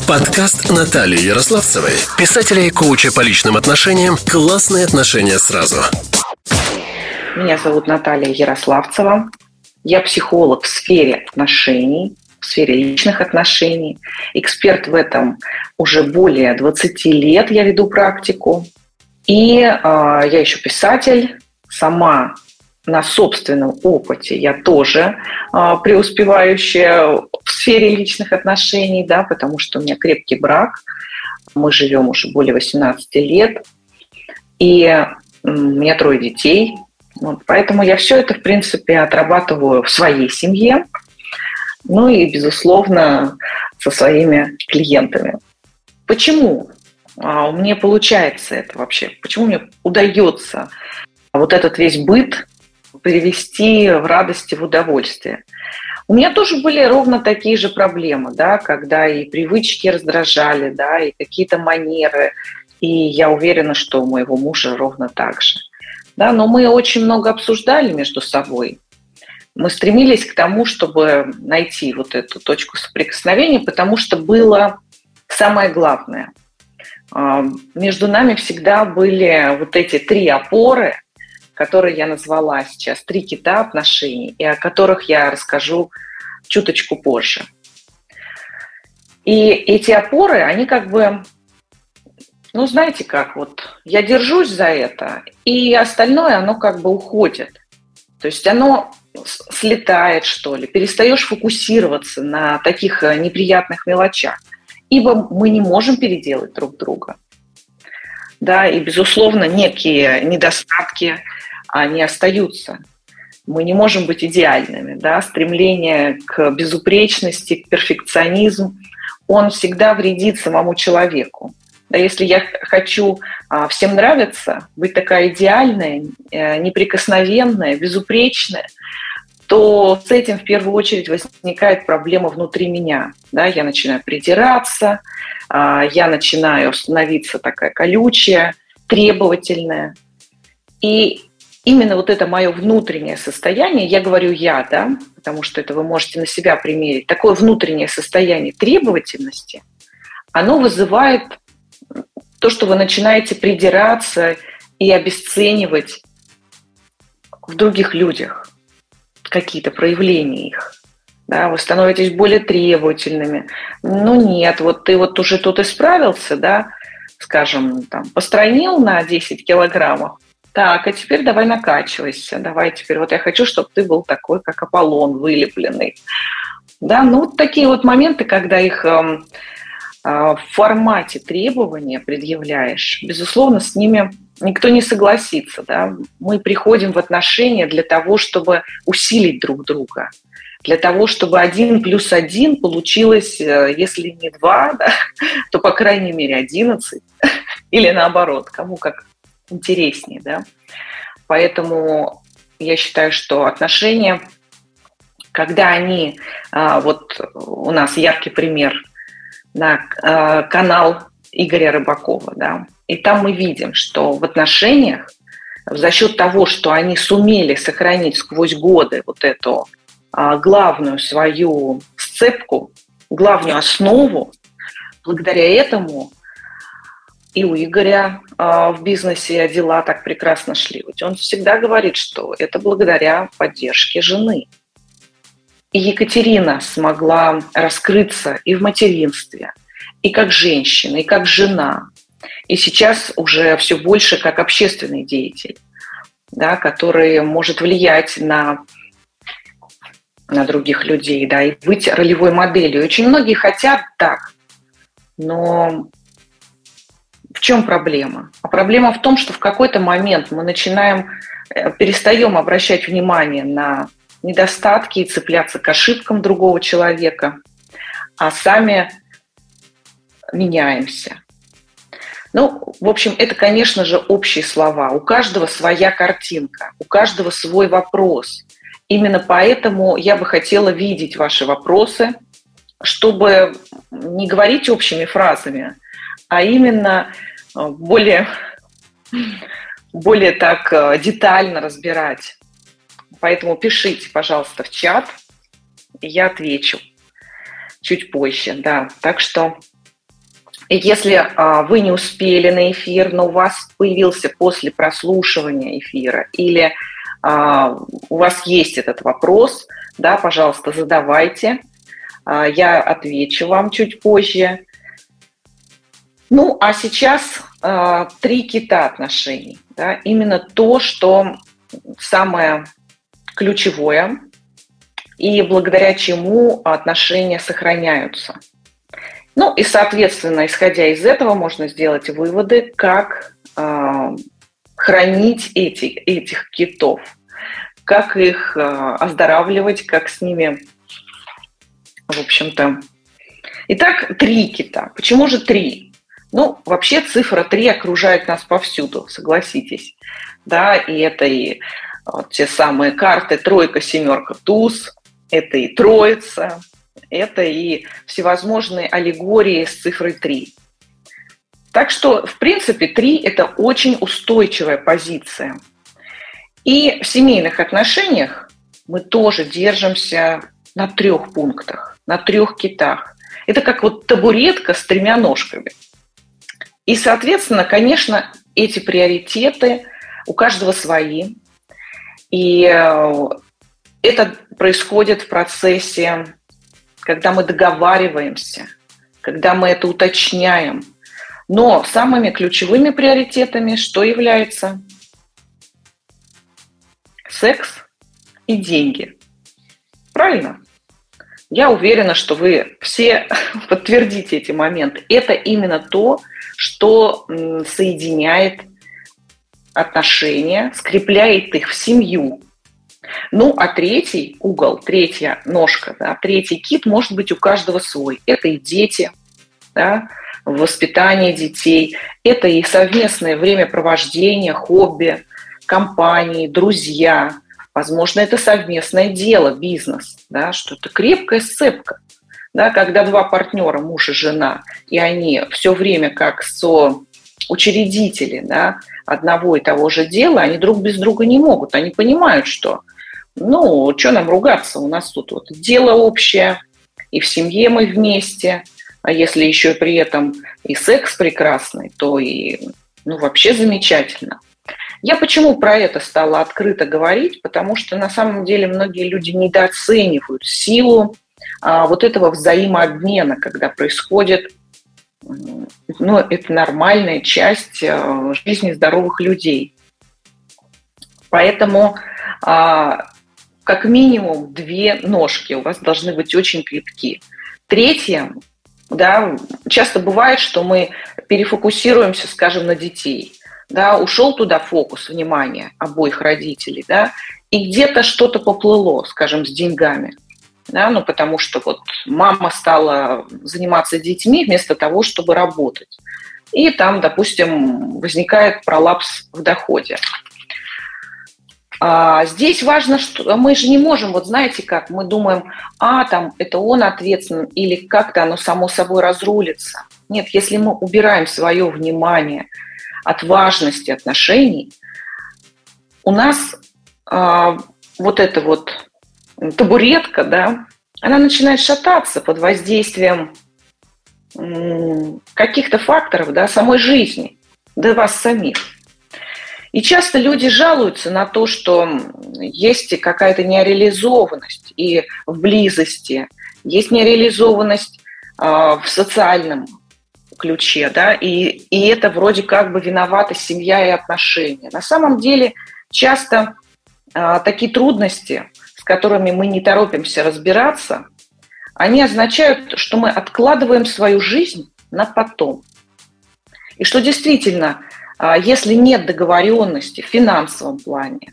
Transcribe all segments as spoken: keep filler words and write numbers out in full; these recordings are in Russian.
Подкаст Натальи Ярославцевой, писателя и коуча по личным отношениям «Классные отношения сразу». Меня зовут Наталья Ярославцева. Я психолог в сфере отношений, в сфере личных отношений. Эксперт в этом уже более двадцать лет, я веду практику. И э, я еще писатель, сама на собственном опыте я тоже э, преуспевающая в сфере личных отношений, да, потому что у меня крепкий брак, мы живем уже более восемнадцати лет, и э, у меня трое детей. Вот, поэтому я все это, в принципе, отрабатываю в своей семье, ну и, безусловно, со своими клиентами. Почему а, мне получается это вообще? Почему мне удается вот этот весь быт перевести в радость и в удовольствие? У меня тоже были ровно такие же проблемы, да, когда и привычки раздражали, да, и какие-то манеры, и я уверена, что у моего мужа ровно так же. Да, но мы очень много обсуждали между собой. Мы стремились к тому, чтобы найти вот эту точку соприкосновения, потому что было самое главное. Между нами всегда были вот эти три опоры, которые я назвала сейчас, три кита отношений, и о которых я расскажу чуточку позже. И эти опоры, они как бы... Ну, знаете как, вот я держусь за это, и остальное, оно как бы уходит. То есть оно слетает, что ли, перестаешь фокусироваться на таких неприятных мелочах, ибо мы не можем переделать друг друга. Да, и, безусловно, некие недостатки, они остаются. Мы не можем быть идеальными, да, стремление к безупречности, к перфекционизму, он всегда вредит самому человеку. Да, если я хочу а, всем нравиться, быть такая идеальная, э, неприкосновенная, безупречная, то с этим в первую очередь возникает проблема внутри меня. Да, я начинаю придираться, э, я начинаю становиться такая колючая, требовательная. И именно вот это мое внутреннее состояние, я говорю «я», да, потому что это вы можете на себя примерить, такое внутреннее состояние требовательности, оно вызывает то, что вы начинаете придираться и обесценивать в других людях какие-то проявления их. Да, вы становитесь более требовательными. Ну нет, вот ты вот уже тут исправился, да, скажем, там, постройнил на десять килограммов, так, а теперь давай накачивайся, давай теперь, вот я хочу, чтобы ты был такой, как Аполлон, вылепленный. Да, ну вот такие вот моменты, когда их... в формате требования предъявляешь, безусловно, с ними никто не согласится. Да? Мы приходим в отношения для того, чтобы усилить друг друга, для того, чтобы один плюс один получилось, если не два, да, то, по крайней мере, одиннадцать, или наоборот, кому как интереснее. Да? Поэтому я считаю, что отношения, когда они, вот у нас яркий пример – на э, канал Игоря Рыбакова, да, и там мы видим, что в отношениях за счет того, что они сумели сохранить сквозь годы вот эту э, главную свою сцепку, главную основу, благодаря этому и у Игоря э, в бизнесе дела так прекрасно шли. Ведь он всегда говорит, что это благодаря поддержке жены. И Екатерина смогла раскрыться и в материнстве, и как женщина, и как жена. И сейчас уже все больше как общественный деятель, да, который может влиять на, на других людей, да, и быть ролевой моделью. Очень многие хотят так, но в чем проблема? А проблема в том, что в какой-то момент мы начинаем, перестаем обращать внимание на недостатки и цепляться к ошибкам другого человека, а сами меняемся. Ну, в общем, это, конечно же, общие слова. У каждого своя картинка, у каждого свой вопрос. Именно поэтому я бы хотела видеть ваши вопросы, чтобы не говорить общими фразами, а именно более, более так детально разбирать. Поэтому пишите, пожалуйста, в чат, и я отвечу чуть позже. Да. Так что И если а, вы не успели на эфир, но у вас появился после прослушивания эфира, или а, у вас есть этот вопрос, да, пожалуйста, задавайте. А, я отвечу вам чуть позже. Ну, а сейчас а, три кита отношений. Да, именно то, что самое ключевое, и благодаря чему отношения сохраняются. Ну и, соответственно, исходя из этого, можно сделать выводы, как э, хранить эти, этих китов, как их э, оздоравливать, как с ними, в общем-то. Итак, три кита. Почему же три? Ну, вообще цифра три окружает нас повсюду, согласитесь. Да, и это и вот, те самые карты тройка, семерка, туз, это и троица, это и всевозможные аллегории с цифрой три. Так что, в принципе, три – это очень устойчивая позиция. И в семейных отношениях мы тоже держимся на трех пунктах, на трех китах. Это как вот табуретка с тремя ножками. И, соответственно, конечно, эти приоритеты у каждого свои. И это происходит в процессе, когда мы договариваемся, когда мы это уточняем. Но самыми ключевыми приоритетами что является? Секс и деньги. Правильно? Я уверена, что вы все подтвердите эти моменты. Это именно то, что соединяет отношения, скрепляет их в семью. Ну, а третий угол, третья ножка, да, третий кит может быть у каждого свой. Это и дети, да, воспитание детей, это и совместное времяпровождение, хобби, компании, друзья. Возможно, это совместное дело, бизнес, да, что-то крепкая сцепка. Да, когда два партнера, муж и жена, и они все время как соучредители, да, одного и того же дела, они друг без друга не могут. Они понимают, что, ну, что нам ругаться, у нас тут вот дело общее, и в семье мы вместе, а если еще при этом и секс прекрасный, то и, ну, вообще замечательно. Я почему про это стала открыто говорить? Потому что на самом деле многие люди недооценивают силу а, вот этого взаимообмена, когда происходит. Ну, это нормальная часть жизни здоровых людей. Поэтому как минимум две ножки у вас должны быть очень крепки. Третье, да, часто бывает, что мы перефокусируемся, скажем, на детей. Да, ушел туда фокус внимания обоих родителей, да, и где-то что-то поплыло, скажем, с деньгами. Да, ну, потому что вот мама стала заниматься детьми вместо того, чтобы работать. И там, допустим, возникает пролапс в доходе. А здесь важно, что мы же не можем, вот знаете как, мы думаем, а, там, это он ответственен, или как-то оно само собой разрулится. Нет, если мы убираем свое внимание от важности отношений, у нас а, вот это вот табуретка, да, она начинает шататься под воздействием каких-то факторов, да, самой жизни, да, вас самих. И часто люди жалуются на то, что есть какая-то нереализованность и в близости, есть нереализованность э, в социальном ключе, да, и, и это вроде как бы виновата семья и отношения. На самом деле часто э, такие трудности, с которыми мы не торопимся разбираться, они означают, что мы откладываем свою жизнь на потом. И что действительно, если нет договоренности в финансовом плане,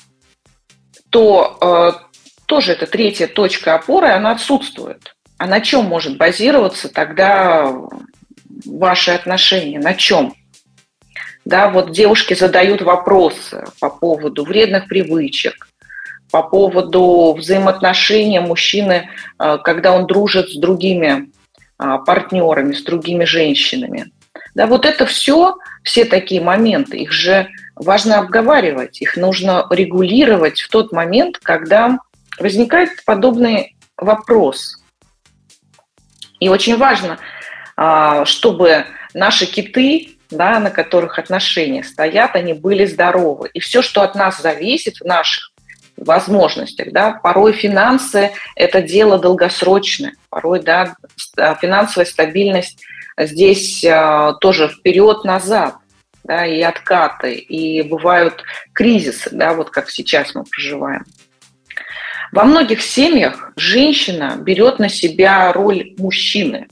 то э, тоже эта третья точка опоры, она отсутствует. А на чем может базироваться тогда ваши отношения? На чем? Да, вот девушки задают вопросы по поводу вредных привычек, по поводу взаимоотношений мужчины, когда он дружит с другими партнерами, с другими женщинами. Да, вот это все, все такие моменты, их же важно обговаривать, их нужно регулировать в тот момент, когда возникает подобный вопрос. И очень важно чтобы наши киты, да, на которых отношения стоят, они были здоровы. И все, что от нас зависит в наших возможностях, да, порой финансы – это дело долгосрочное, порой, да, финансовая стабильность здесь а, тоже вперед-назад, да, и откаты, и бывают кризисы, да, вот как сейчас мы проживаем. Во многих семьях женщина берет на себя роль мужчины.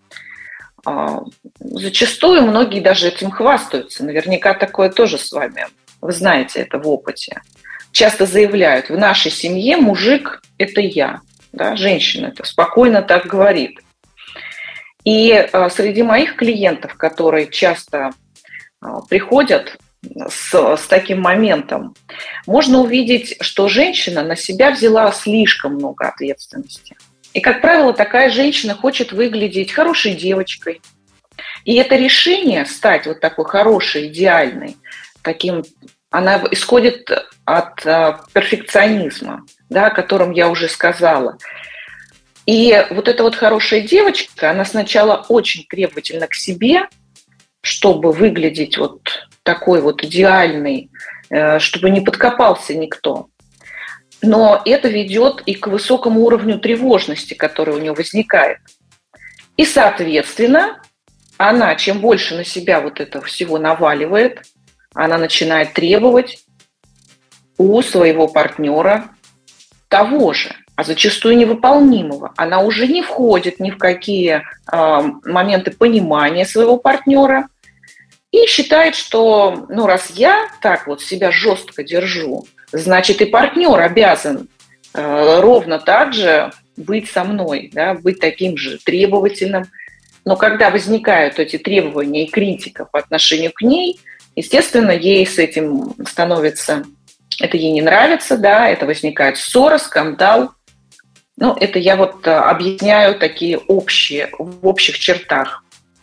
Зачастую многие даже этим хвастаются. Наверняка такое тоже с вами. Вы знаете это в опыте. Часто заявляют, в нашей семье мужик – это я. Да? Женщина это спокойно так говорит. И среди моих клиентов, которые часто приходят с, с таким моментом, можно увидеть, что женщина на себя взяла слишком много ответственности. И, как правило, такая женщина хочет выглядеть хорошей девочкой. И это решение стать вот такой хорошей, идеальной, таким, она исходит от а, перфекционизма, да, о котором я уже сказала. И вот эта вот хорошая девочка, она сначала очень требовательна к себе, чтобы выглядеть вот такой вот идеальной, э, чтобы не подкопался никто. Но это ведет и к высокому уровню тревожности, который у нее возникает. И, соответственно, она, чем больше на себя вот этого всего наваливает, она начинает требовать у своего партнера того же, а зачастую невыполнимого. Она уже не входит ни в какие э, моменты понимания своего партнера и считает, что, ну, раз я так вот себя жестко держу, значит, и партнер обязан э, ровно так же быть со мной, да, быть таким же требовательным. Но когда возникают эти требования и критика по отношению к ней, естественно, ей с этим становится, это ей не нравится, да, это возникает ссора, скандал. Ну, это я вот объясняю такие общие, в общих чертах.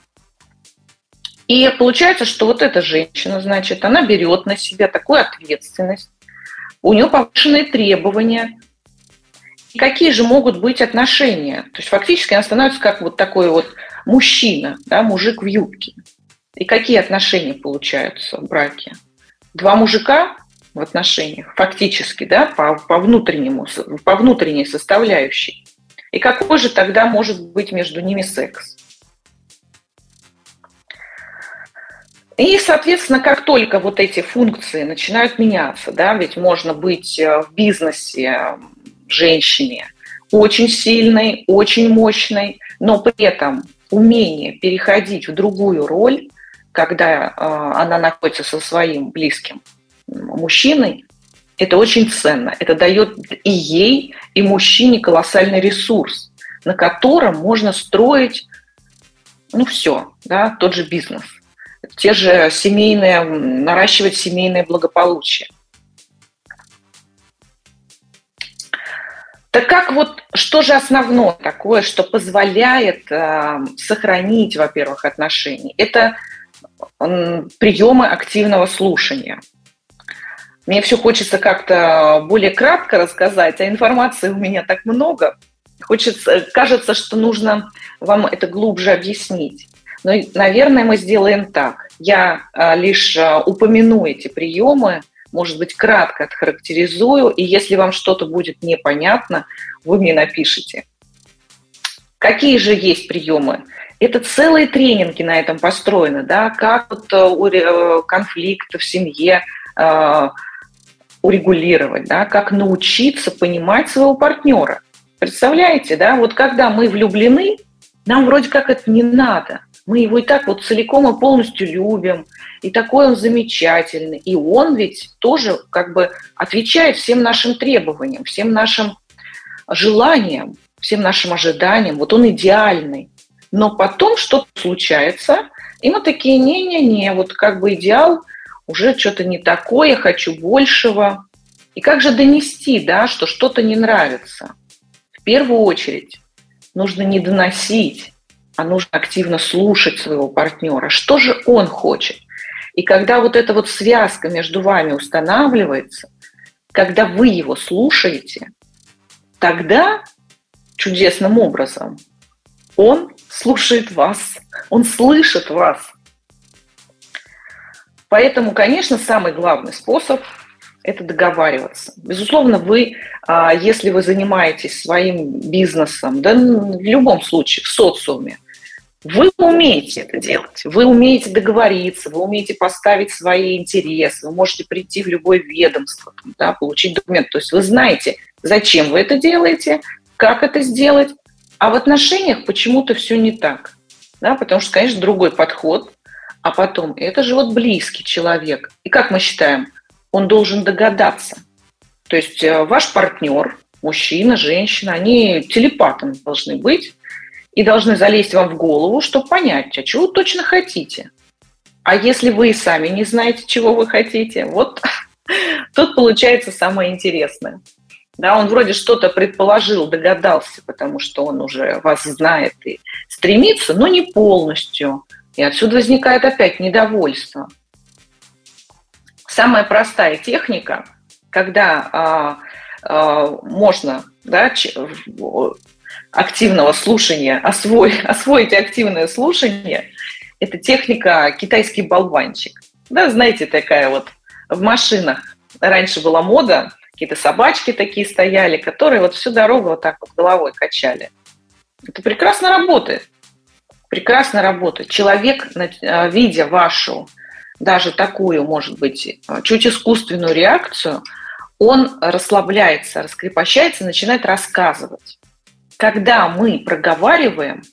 И получается, что вот эта женщина, значит, она берет на себя такую ответственность, у нее повышенные требования. И какие же могут быть отношения? То есть фактически она становится как вот такой вот мужчина, да, мужик в юбке. И какие отношения получаются в браке? Два мужика в отношениях, фактически, да, по, по внутреннему, по внутренней составляющей. И какой же тогда может быть между ними секс? И, соответственно, как только вот эти функции начинают меняться, да, ведь можно быть в бизнесе женщине очень сильной, очень мощной, но при этом умение переходить в другую роль, когда э, она находится со своим близким мужчиной, это очень ценно. Это дает и ей, и мужчине колоссальный ресурс, на котором можно строить, ну, все, да, тот же бизнес, те же семейные, наращивать семейное благополучие. Так как вот, что же основное такое, что позволяет э, сохранить, во-первых, отношения? Это э, приемы активного слушания. Мне все хочется как-то более кратко рассказать, а информации у меня так много. Хочется, кажется, что нужно вам это глубже объяснить. Но, наверное, мы сделаем так. Я э, лишь э, упомяну эти приемы, может быть, кратко отхарактеризую, и если вам что-то будет непонятно, вы мне напишите. Какие же есть приемы? Это целые тренинги на этом построены, да, как вот конфликты в семье э, урегулировать, да, как научиться понимать своего партнера. Представляете, да, вот когда мы влюблены, нам вроде как это не надо. Мы его и так вот целиком и полностью любим, и такой он замечательный. И он ведь тоже как бы отвечает всем нашим требованиям, всем нашим желаниям, всем нашим ожиданиям. Вот он идеальный. Но потом что-то случается, и мы такие, не-не-не, вот как бы идеал уже что-то не такое, хочу большего. И как же донести, да, что что-то не нравится? В первую очередь нужно не доносить, а нужно активно слушать своего партнера. Что же он хочет? И когда вот эта вот связка между вами устанавливается, когда вы его слушаете, тогда чудесным образом он слушает вас, он слышит вас. Поэтому, конечно, самый главный способ – это договариваться. Безусловно, вы, если вы занимаетесь своим бизнесом, да в любом случае, в социуме, вы умеете это делать, вы умеете договориться, вы умеете поставить свои интересы, вы можете прийти в любое ведомство, да, получить документ. То есть вы знаете, зачем вы это делаете, как это сделать, а в отношениях почему-то все не так. Да, потому что, конечно, другой подход, а потом это же вот близкий человек. И как мы считаем, он должен догадаться. То есть ваш партнер, мужчина, женщина, они телепатами должны быть, и должны залезть вам в голову, чтобы понять, а чего вы точно хотите. А если вы и сами не знаете, чего вы хотите, вот тут получается самое интересное. Да, он вроде что-то предположил, догадался, потому что он уже вас знает и стремится, но не полностью. И отсюда возникает опять недовольство. Самая простая техника, когда а, а, можно, да, ч- активного слушания, освоить, освоить активное слушание, это техника китайский болванчик. Да, знаете, такая вот в машинах. Раньше была мода, какие-то собачки такие стояли, которые вот всю дорогу вот так вот головой качали. Это прекрасно работает. Прекрасно работает. Человек, видя вашу, даже такую, может быть, чуть искусственную реакцию, он расслабляется, раскрепощается, начинает рассказывать. Когда мы проговариваем,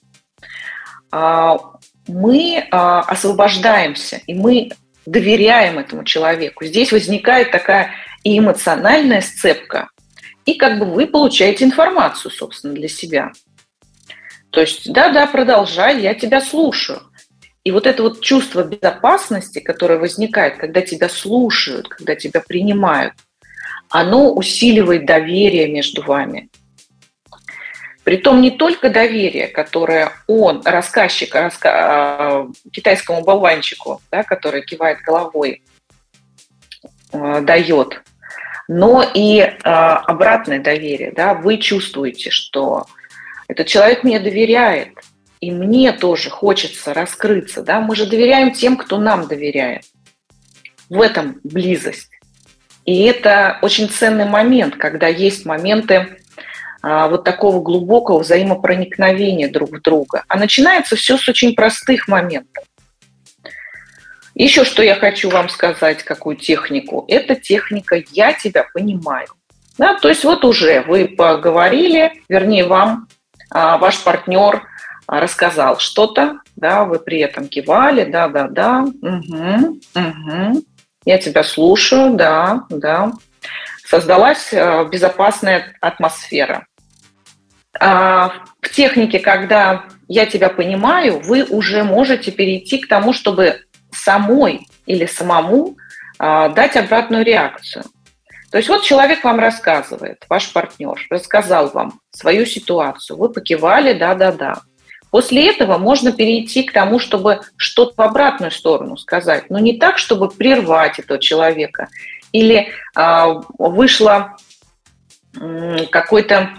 мы освобождаемся, и мы доверяем этому человеку. Здесь возникает такая и эмоциональная сцепка, и как бы вы получаете информацию, собственно, для себя. То есть, да-да, продолжай, я тебя слушаю. И вот это вот чувство безопасности, которое возникает, когда тебя слушают, когда тебя принимают, оно усиливает доверие между вами. Притом не только доверие, которое он, рассказчик, раска... китайскому болванчику, да, который кивает головой, э, дает, но и э, обратное доверие. Да, вы чувствуете, что этот человек мне доверяет, и мне тоже хочется раскрыться. Да? Мы же доверяем тем, кто нам доверяет. В этом близость. И это очень ценный момент, когда есть моменты вот такого глубокого взаимопроникновения друг в друга. А начинается все с очень простых моментов. Еще что я хочу вам сказать, какую технику. Это техника «я тебя понимаю». Да, то есть вот уже вы поговорили, вернее, вам а, ваш партнер рассказал что-то, да, вы при этом кивали, да-да-да, угу, угу, я тебя слушаю, да, да. Создалась безопасная атмосфера. В технике, когда я тебя понимаю, вы уже можете перейти к тому, чтобы самой или самому дать обратную реакцию. То есть вот человек вам рассказывает, ваш партнер рассказал вам свою ситуацию, вы покивали, да-да-да. После этого можно перейти к тому, чтобы что-то в обратную сторону сказать, но не так, чтобы прервать этого человека. Или э, вышло э, какой-то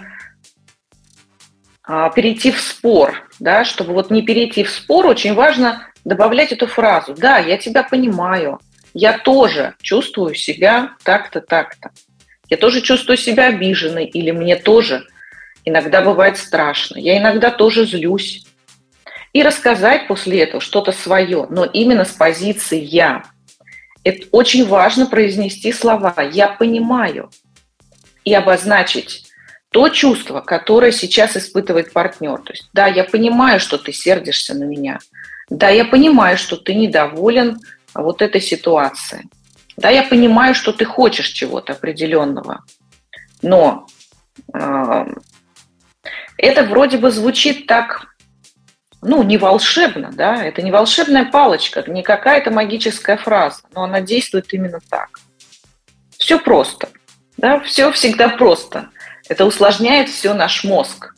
э, перейти в спор, да, чтобы вот не перейти в спор, очень важно добавлять эту фразу. Да, я тебя понимаю, я тоже чувствую себя так-то, так-то. Я тоже чувствую себя обиженной, или мне тоже иногда бывает страшно, я иногда тоже злюсь. И рассказать после этого что-то свое, но именно с позиции «я». Это очень важно произнести слова «я понимаю» и обозначить то чувство, которое сейчас испытывает партнер. То есть, да, я понимаю, что ты сердишься на меня. Да, я понимаю, что ты недоволен вот этой ситуацией. Да, я понимаю, что ты хочешь чего-то определенного. Но э, это вроде бы звучит так, ну, не волшебно, да, это не волшебная палочка, не какая-то магическая фраза, но она действует именно так. Все просто, да, все всегда просто. Это усложняет все наш мозг.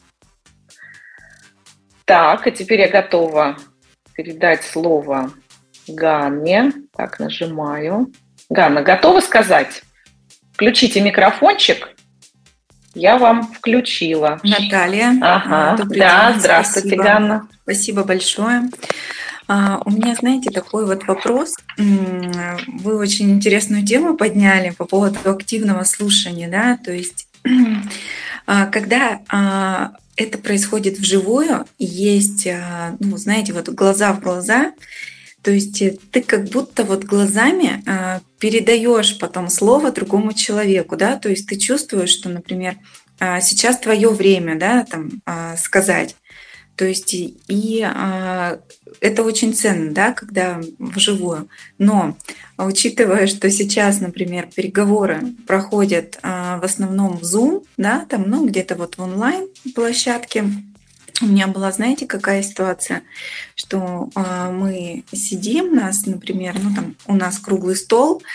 Так, а теперь я готова передать слово Ганне. Так, нажимаю. Ганна, готова сказать? Включите микрофончик. Я вам включила. Наталья. Ага, Добрый да, день. здравствуйте, Спасибо. Ганна. Спасибо большое. А, У меня, знаете, такой вот вопрос. М, Вы очень интересную тему подняли по поводу активного слушания, да, то есть а, когда а, это происходит вживую, и есть, а, ну, знаете, вот глаза в глаза, то есть э, ты как будто вот глазами а, передаешь потом слово другому человеку, да, то есть ты чувствуешь, что, например, а, сейчас твое время, да, там а, сказать. То есть и, и, а, это очень ценно, да, когда вживую. Но а, учитывая, что сейчас, например, переговоры проходят а, в основном в Zoom, да, там, ну, где-то вот в онлайн площадке, у меня была, знаете, какая ситуация, что а, мы сидим, нас, например, ну там у нас круглый стол,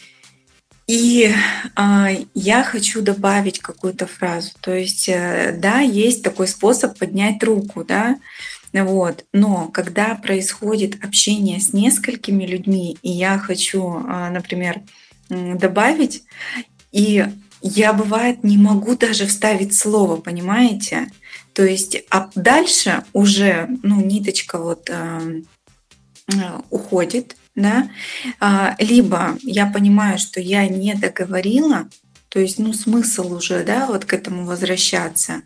и а, я хочу добавить какую-то фразу. То есть, э, да, есть такой способ поднять руку, да, вот. Но когда происходит общение с несколькими людьми, и я хочу, а, например, м, добавить, и я, бывает, не могу даже вставить слово, понимаете? То есть, а дальше уже, ну, ниточка вот а, а, уходит, да, А, либо я понимаю, что я не договорила, то есть, ну, смысл уже, да, вот к этому возвращаться,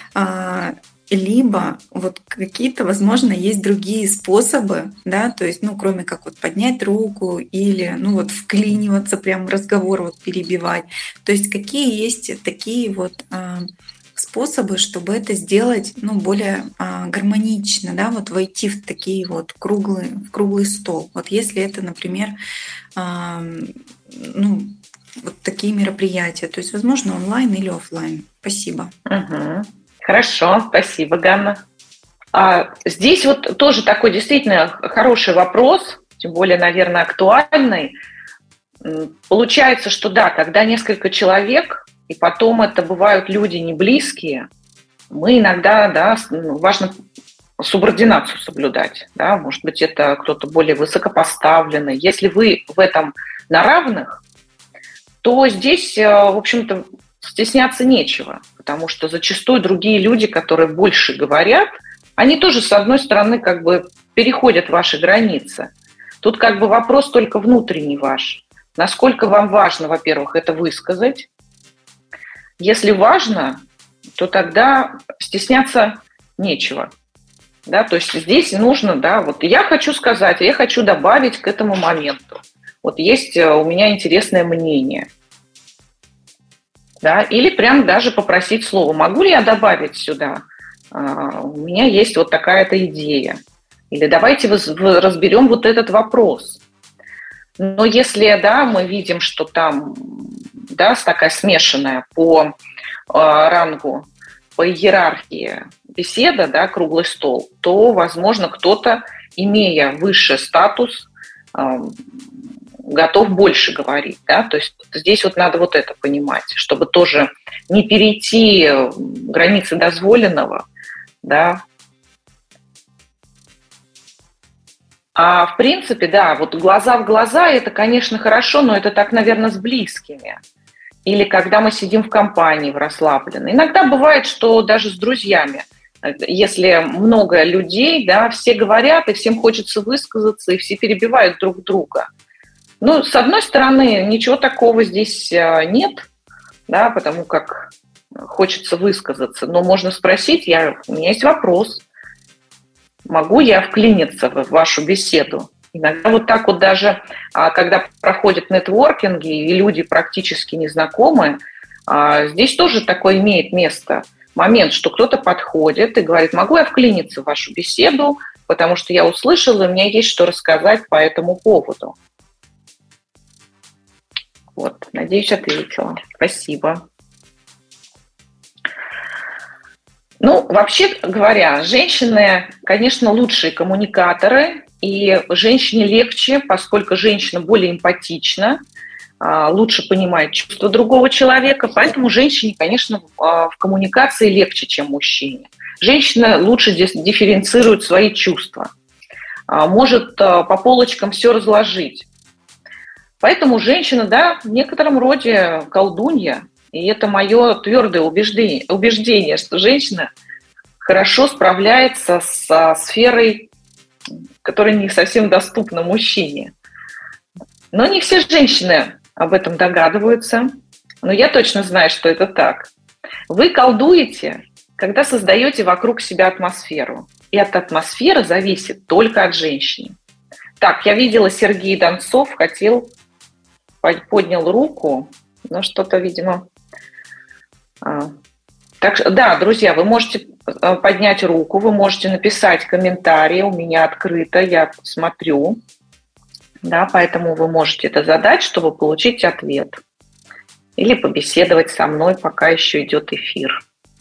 А, либо вот какие-то, возможно, есть другие способы, да, то есть, ну, кроме как вот поднять руку или, ну, вот вклиниваться прямо в разговор, вот перебивать. То есть какие есть такие вот а, способы, чтобы это сделать, ну, более а, гармонично, да, вот войти в такие вот круглые, в круглый стол. Вот если это, например, а, ну, вот такие мероприятия, то есть, возможно, онлайн или офлайн. Спасибо. Угу. Хорошо, спасибо, Ганна. А, здесь вот тоже такой действительно хороший вопрос, тем более, наверное, актуальный. М, Получается, что да, когда несколько человек, и потом это бывают люди не близкие, мы иногда, да, с- ну, важно субординацию соблюдать, да, может быть, это кто-то более высокопоставленный. Если вы в этом на равных, то здесь, э, в общем-то, стесняться нечего, потому что зачастую другие люди, которые больше говорят, они тоже, с одной стороны, как бы переходят ваши границы. Тут как бы вопрос только внутренний ваш. Насколько вам важно, во-первых, это высказать. Если важно, то тогда стесняться нечего. Да, то есть здесь нужно, да, вот я хочу сказать, я хочу добавить к этому моменту. Вот есть э, у меня интересное мнение. Да, или прям даже попросить слово. Могу ли я добавить сюда? А, у меня есть вот такая-то идея. Или давайте воз- в- разберем вот этот вопрос. Но если, да, мы видим, что там, да, с- такая смешанная по а, рангу, по иерархии беседа, да, круглый стол, то, возможно, кто-то, имея высший статус, а, готов больше говорить, да, то есть здесь вот надо вот это понимать, чтобы тоже не перейти э, границы дозволенного, да. А в принципе, да, вот глаза в глаза, это, конечно, хорошо, но это так, наверное, с близкими. Или когда мы сидим в компании, в расслабленной. Иногда бывает, что даже с друзьями, э, если много людей, да, все говорят, и всем хочется высказаться, и все перебивают друг друга. Ну, с одной стороны, ничего такого здесь э, нет, да, потому как хочется высказаться. Но можно спросить, я, у меня есть вопрос, могу я вклиниться в вашу беседу? Иногда вот так вот даже, а, когда проходят нетворкинги, и люди практически незнакомые, а, здесь тоже такое имеет место. Момент, что кто-то подходит и говорит, могу я вклиниться в вашу беседу, потому что я услышала, и у меня есть что рассказать по этому поводу. Вот, надеюсь, ответила. Спасибо. Ну, вообще говоря, женщины, конечно, лучшие коммуникаторы, и женщине легче, поскольку женщина более эмпатична, а, лучше понимает чувства другого человека, поэтому женщине, конечно, в а, в коммуникации легче, чем мужчине. Женщина лучше дис- дифференцирует свои чувства, а, может а, по полочкам все разложить. Поэтому женщина, да, в некотором роде колдунья, И это мое твердое убеждение, убеждение, что женщина хорошо справляется со сферой, которая не совсем доступна мужчине. Но не все женщины об этом догадываются, но я точно знаю, что это так. Вы колдуете, когда создаете вокруг себя атмосферу. И эта атмосфера зависит только от женщины. Так, я видела, Сергей Донцов хотел, поднял руку, но что-то, видимо... Так, да, друзья, вы можете поднять руку, вы можете написать комментарии, у меня открыто, я смотрю, да, поэтому вы можете это задать, чтобы получить ответ. Или побеседовать со мной, пока еще идет эфир.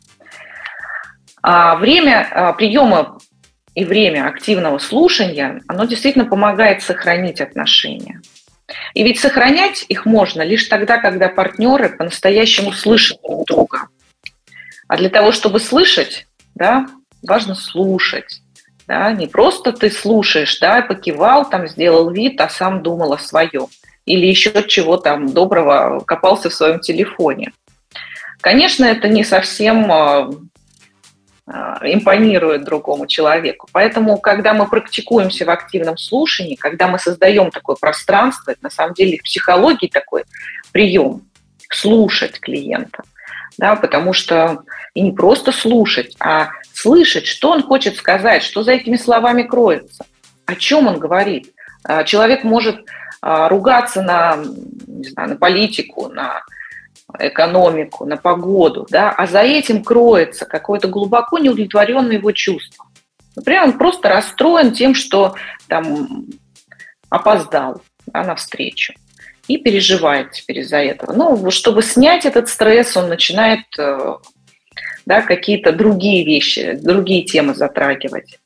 А время приема и время активного слушания, оно действительно помогает сохранить отношения. И ведь сохранять их можно лишь тогда, когда партнеры по-настоящему слышат друг друга. А для того, чтобы слышать, да, важно слушать. Да, не просто ты слушаешь, да, покивал, там, сделал вид, а сам думал о своем. Или еще чего там доброго копался в своем телефоне. Конечно, это не совсем э, э, импонирует другому человеку. Поэтому, когда мы практикуемся в активном слушании, когда мы создаем такое пространство, это на самом деле в психологии такой прием – слушать клиента. Да, потому что и не просто слушать, а слышать, что он хочет сказать, что за этими словами кроется, о чем он говорит. Человек может ругаться на, не знаю, на политику, на экономику, на погоду, да, а за этим кроется какое-то глубоко неудовлетворенное его чувство. Например, он просто расстроен тем, что там опоздал, да, на встречу. И переживает теперь из-за этого. Ну, чтобы снять этот стресс, он начинает, да, какие-то другие вещи, другие темы затрагивать.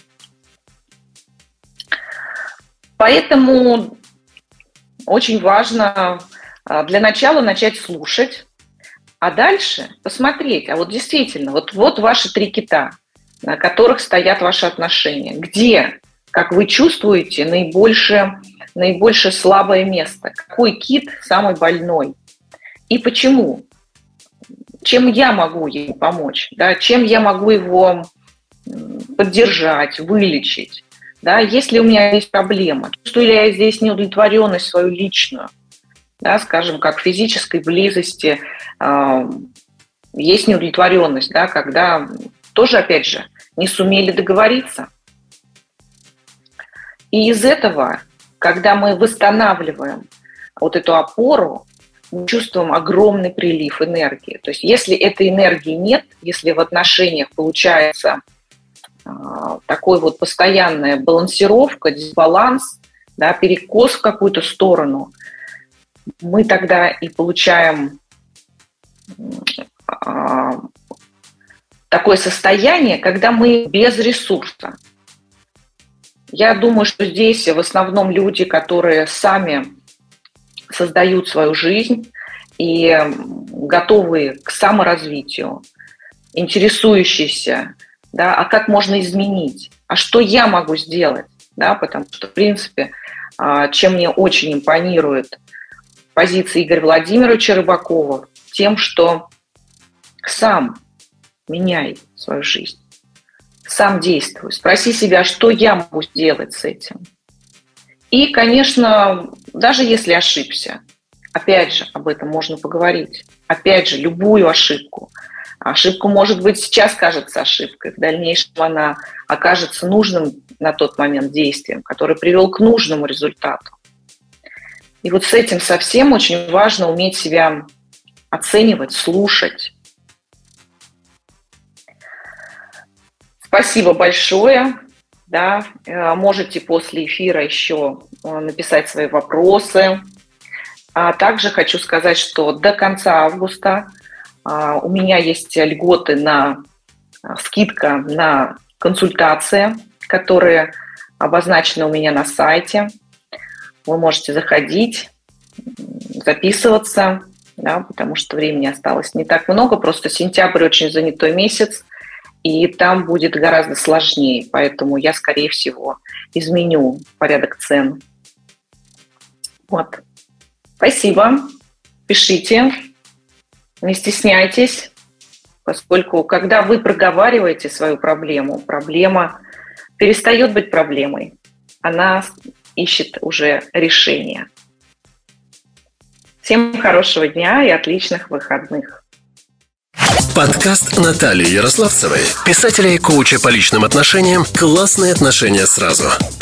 Поэтому очень важно для начала начать слушать, а дальше посмотреть, а вот действительно, вот, вот ваши три кита, на которых стоят ваши отношения. Где, как вы чувствуете, наибольшее... наибольшее слабое место. Какой кит самый больной? И почему? Чем я могу ему помочь? Да? Чем я могу его поддержать, вылечить? Да? Если у меня есть проблема, чувствую ли я здесь неудовлетворенность свою личную, да, скажем, как в физической близости э, есть неудовлетворенность, да, когда тоже, опять же, не сумели договориться. И из этого, когда мы восстанавливаем вот эту опору, мы чувствуем огромный прилив энергии. То есть если этой энергии нет, если в отношениях получается э, такой вот постоянная балансировка, дисбаланс, да, перекос в какую-то сторону, мы тогда и получаем э, такое состояние, когда мы без ресурса. Я думаю, что здесь в основном люди, которые сами создают свою жизнь и готовы к саморазвитию, интересующиеся, да, а как можно изменить, а что я могу сделать, да, потому что, в принципе, чем мне очень импонирует позиция Игоря Владимировича Рыбакова, тем, что сам меняй свою жизнь. Сам действуй. Спроси себя, что я могу сделать с этим. И, конечно, даже если ошибся, опять же, об этом можно поговорить. Опять же, любую ошибку. Ошибка, может быть, сейчас кажется ошибкой, в дальнейшем она окажется нужным на тот момент действием, который привел к нужному результату. И вот с этим совсем очень важно уметь себя оценивать, слушать. Спасибо большое. Да, можете после эфира еще написать свои вопросы. А также хочу сказать, что до конца августа у меня есть льготы на скидка на консультации, которые обозначены у меня на сайте. Вы можете заходить, записываться, да, потому что времени осталось не так много. Просто сентябрь очень занятой месяц, и там будет гораздо сложнее. Поэтому я, скорее всего, изменю порядок цен. Вот. Спасибо. Пишите. Не стесняйтесь, поскольку когда вы проговариваете свою проблему, проблема перестает быть проблемой. Она ищет уже решение. Всем хорошего дня и отличных выходных. Подкаст Натальи Ярославцевой, писателя и коуча по личным отношениям «Классные отношения сразу».